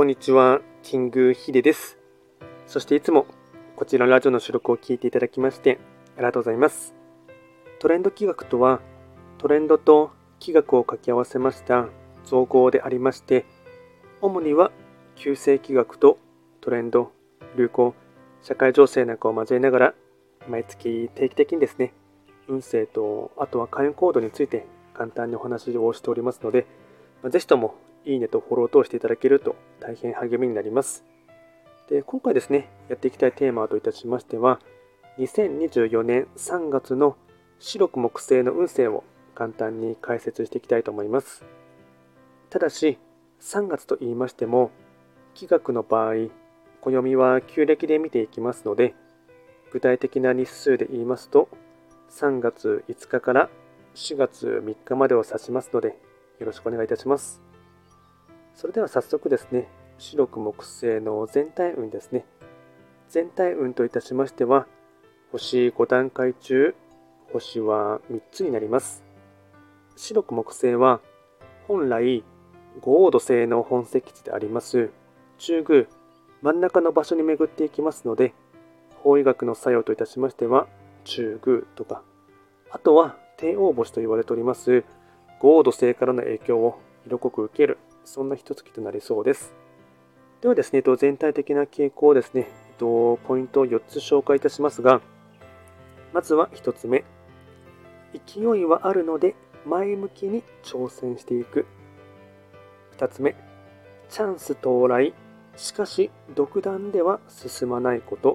こんにちは、キングヒデです。そしていつもこちらのラジオの収録を聞いていただきましてありがとうございます。トレンド企画とは、トレンドと企画を掛け合わせました造語でありまして、主には旧世企画とトレンド、流行、社会情勢なんかを交えながら、毎月定期的にですね、運勢とあとは開運行動について簡単にお話をしておりますので、ぜひともいいねとフォローを通していただけると大変励みになります。で、今回ですね、やっていきたいテーマといたしましては、2024年3月の白く木星の運勢を簡単に解説していきたいと思います。ただし、3月と言いましても、気学の場合、暦は旧暦で見ていきますので、具体的な日数で言いますと、3月5日から4月3日までを指しますので、よろしくお願いいたします。それでは早速ですね、白く木星の全体運ですね。全体運といたしましては、星5段階中、星は3つになります。白く木星は、本来、五黄土星の本石地であります中宮、真ん中の場所に巡っていきますので、方位学の作用といたしましては、中宮とか、あとは帝王星と言われております五黄土星からの影響を色濃く受ける、そんな一月となりそうです。ではですね、全体的な傾向をですね、ポイントを4つ紹介いたしますが、まずは1つ目、勢いはあるので前向きに挑戦していく。2つ目、チャンス到来、しかし独断では進まないこと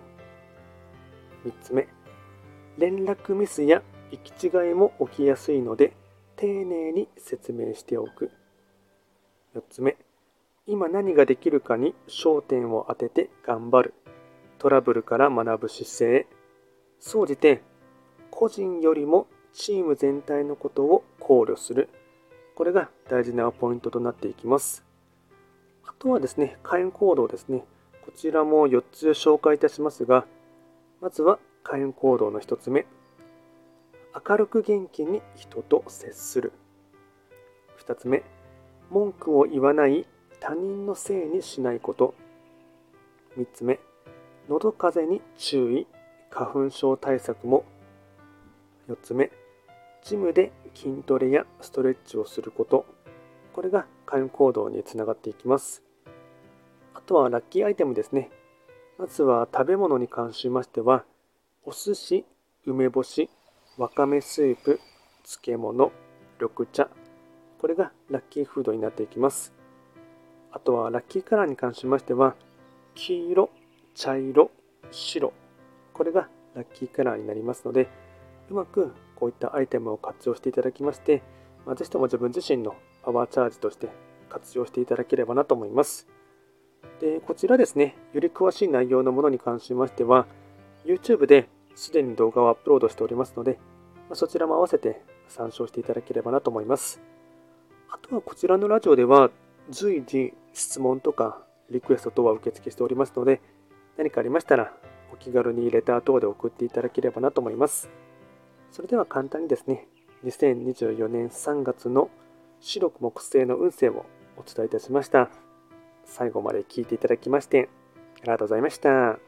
。3つ目、連絡ミスや行き違いも起きやすいので丁寧に説明しておく。4つ目、今何ができるかに焦点を当てて頑張る。トラブルから学ぶ姿勢。総じて個人よりもチーム全体のことを考慮する。これが大事なポイントとなっていきます。あとはですね、開運行動ですね。こちらも4つ紹介いたしますが、まずは開運行動の1つ目。明るく元気に人と接する。2つ目、文句を言わない他人のせいにしないこと。3つ目、喉風邪に注意、花粉症対策も。4つ目、ジムで筋トレやストレッチをすること。これが開運行動につながっていきます。あとはラッキーアイテムですね。まずは食べ物に関しましては、お寿司、梅干し、わかめスープ、漬物、緑茶。これがラッキーフードになっていきます。あとはラッキーカラーに関しましては、黄色、茶色、白。これがラッキーカラーになりますので、うまくこういったアイテムを活用していただきまして、ぜひとも自分自身のパワーチャージとして活用していただければなと思います。で、こちらですね、より詳しい内容のものに関しましては、YouTube ですでに動画をアップロードしておりますので、そちらも合わせて参照していただければなと思います。あとはこちらのラジオでは随時質問とかリクエスト等は受付しておりますので、何かありましたらお気軽にレター等で送っていただければなと思います。それでは簡単にですね、2024年3月の白く木星の運勢をお伝えいたしました。最後まで聞いていただきましてありがとうございました。